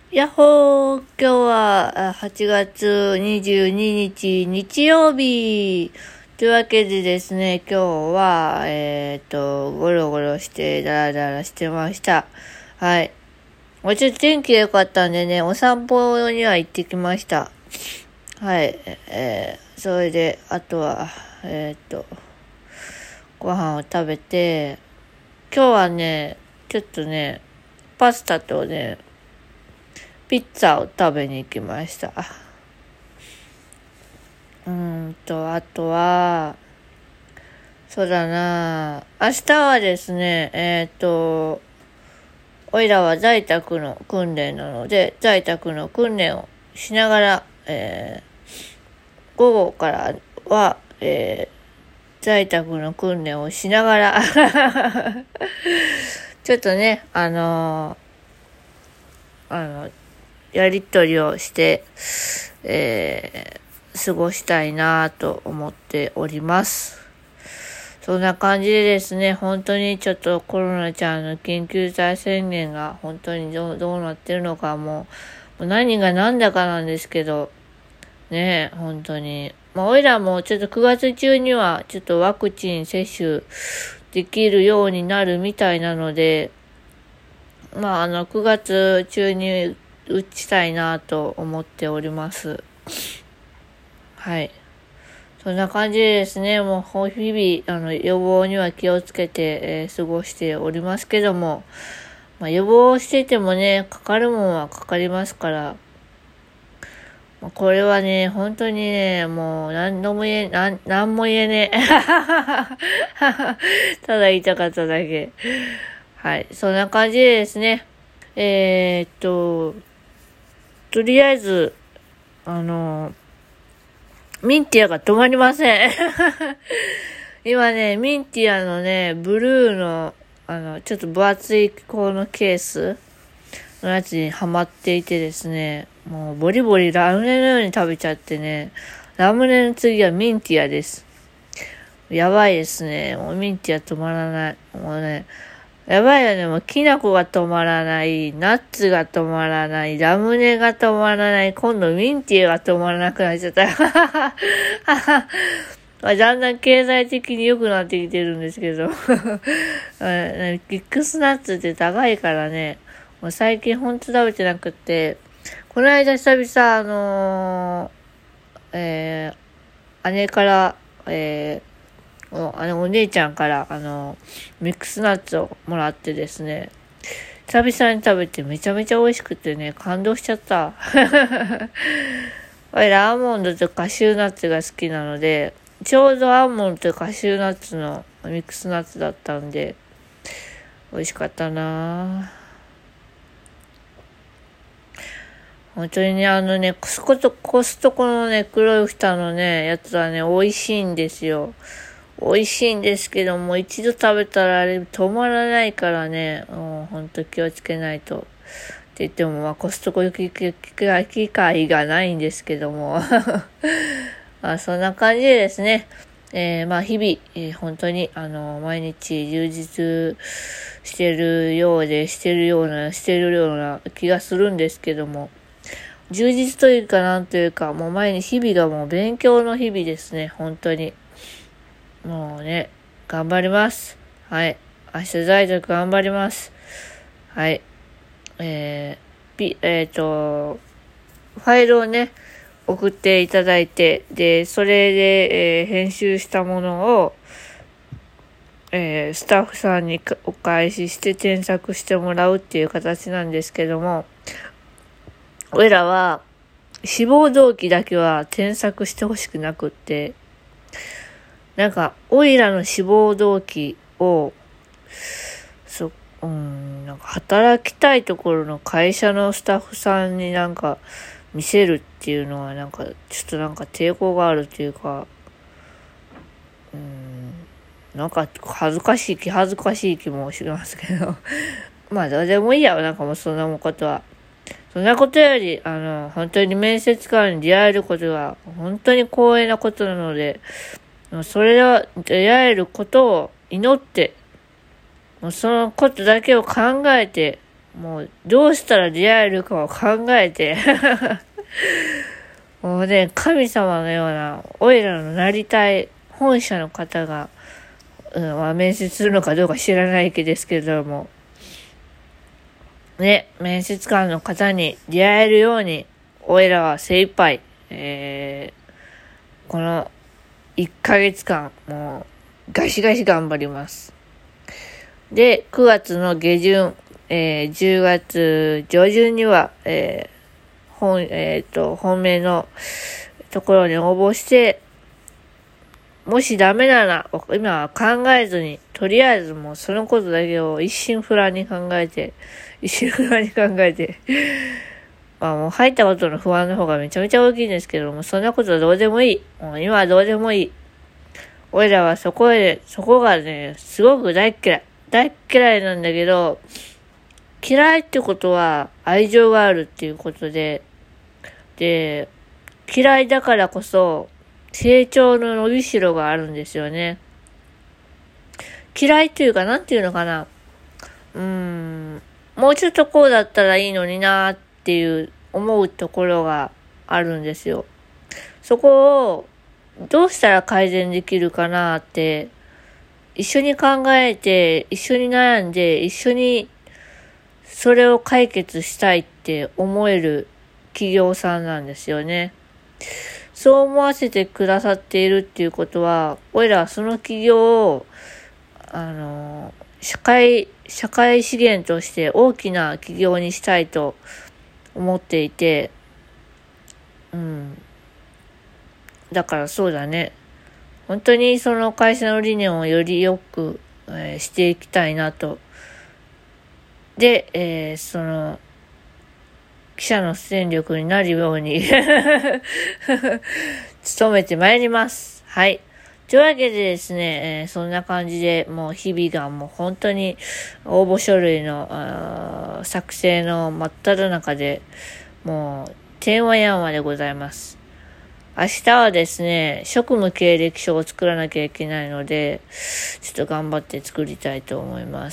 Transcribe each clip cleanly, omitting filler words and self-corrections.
やっほー、今日は8月22日日曜日というわけでですね、今日は、ゴロゴロしてダラダラしてました。はい。もうちょっと天気が良かったんでね、お散歩には行ってきました。はい。それで、あとは、ご飯を食べて、今日はね、ちょっとね、パスタとね、ピッツァを食べに行きました。あとは、そうだな、明日はですね、おいらは在宅の訓練なので、在宅の訓練をしながら、午後からは、在宅の訓練をしながらちょっとね、やりとりをして、過ごしたいなと思っております。そんな感じでですね、本当にちょっとコロナちゃんの緊急事態宣言が本当にどうなってるのかもう何が何だかなんですけど、ね、本当に。おいらもちょっと9月中にはちょっとワクチン接種できるようになるみたいなので、9月中に打ちたいなと思っております。はい。そんな感じでですね、もう日々、予防には気をつけて、過ごしておりますけども、予防しててもね、かかるもんはかかりますから、これはね、本当にね、もう何も言えねえ。ただ言いたかっただけ。はい。そんな感じでですね。とりあえず、ミンティアが止まりません。今ね、ミンティアのね、ブルーの、ちょっと分厚いこのケースのやつにハマっていてですね、もうボリボリラムネのように食べちゃってね、ラムネの次はミンティアです。やばいですね。もうミンティア止まらない。もうね、やばいよね。もうきな粉が止まらない、ナッツが止まらない、ラムネが止まらない、今度ミンティアが止まらなくなっちゃった。だんだん経済的に良くなってきてるんですけど。ミックスナッツって高いからね、もう最近ほんと食べてなくて、この間久々、姉から、お姉ちゃんから、ミックスナッツをもらってですね、久々に食べてめちゃめちゃ美味しくてね、感動しちゃった。アーモンドとカシューナッツが好きなので、ちょうどアーモンドとカシューナッツのミックスナッツだったんで、美味しかったなぁ。本当にね、コストコのね、黒い蓋のね、やつはね、美味しいんですよ。美味しいんですけども、一度食べたらあれ止まらないからね、本当気をつけないと。って言っても、コストコ行く機会がないんですけども。そんな感じでですね。日々、本当に、毎日充実してるような気がするんですけども、充実というかなんというか、もう日々がもう勉強の日々ですね、本当に。もうね、頑張ります。はい。明日在宅頑張ります。はい。ファイルをね、送っていただいて、で、それで、編集したものを、スタッフさんにお返しして添削してもらうっていう形なんですけども、俺らは志望動機だけは添削してほしくなくって、オイラの志望動機を、働きたいところの会社のスタッフさんに見せるっていうのはちょっと抵抗があるっていうか、恥ずかしい気もしますけど。どうでもいいや、もうそんなことは。そんなことより、本当に面接官に出会えることが本当に光栄なことなので、それは出会えることを祈って、もうそのことだけを考えて、 もうどうしたら出会えるかを考えてもうね、神様のようなオイラのなりたい本社の方が、面接するのかどうか知らないけどですけれども、ね、面接官の方に出会えるように、オイラは精一杯、この1ヶ月間、もうガシガシ頑張ります。で、9月の下旬、10月上旬には、本命のところに応募して、もしダメなら、今は考えずに、とりあえずもうそのことだけを一心不乱に考えて、まあもう入ったことの不安の方がめちゃめちゃ大きいんですけども、そんなことはどうでもいい。もう今はどうでもいい。俺らはそこがね、すごく大嫌いなんだけど、嫌いってことは愛情があるっていうことで、嫌いだからこそ成長の伸びしろがあるんですよね。嫌いっていうか、なんていうのかな。もうちょっとこうだったらいいのになっていう思うところがあるんですよ。そこをどうしたら改善できるかなって一緒に考えて、一緒に悩んで、一緒にそれを解決したいって思える企業さんなんですよね。そう思わせてくださっているっていうことは、俺らはその企業を、社会資源として大きな企業にしたいと思っていて、だからそうだね。本当にその会社の理念をよりよく、していきたいなと。で、その記者の戦力になるように努めてまいります。はい。というわけでですね、そんな感じでもう日々がもう本当に応募書類の作成の真っ只中でもうてんわやんわでございます。明日はですね、職務経歴書を作らなきゃいけないので、ちょっと頑張って作りたいと思います。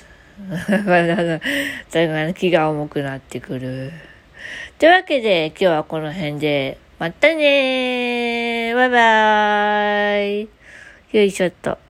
だから気が重くなってくる。というわけで今日はこの辺で、またねー。バイバーイ。よいしょっと。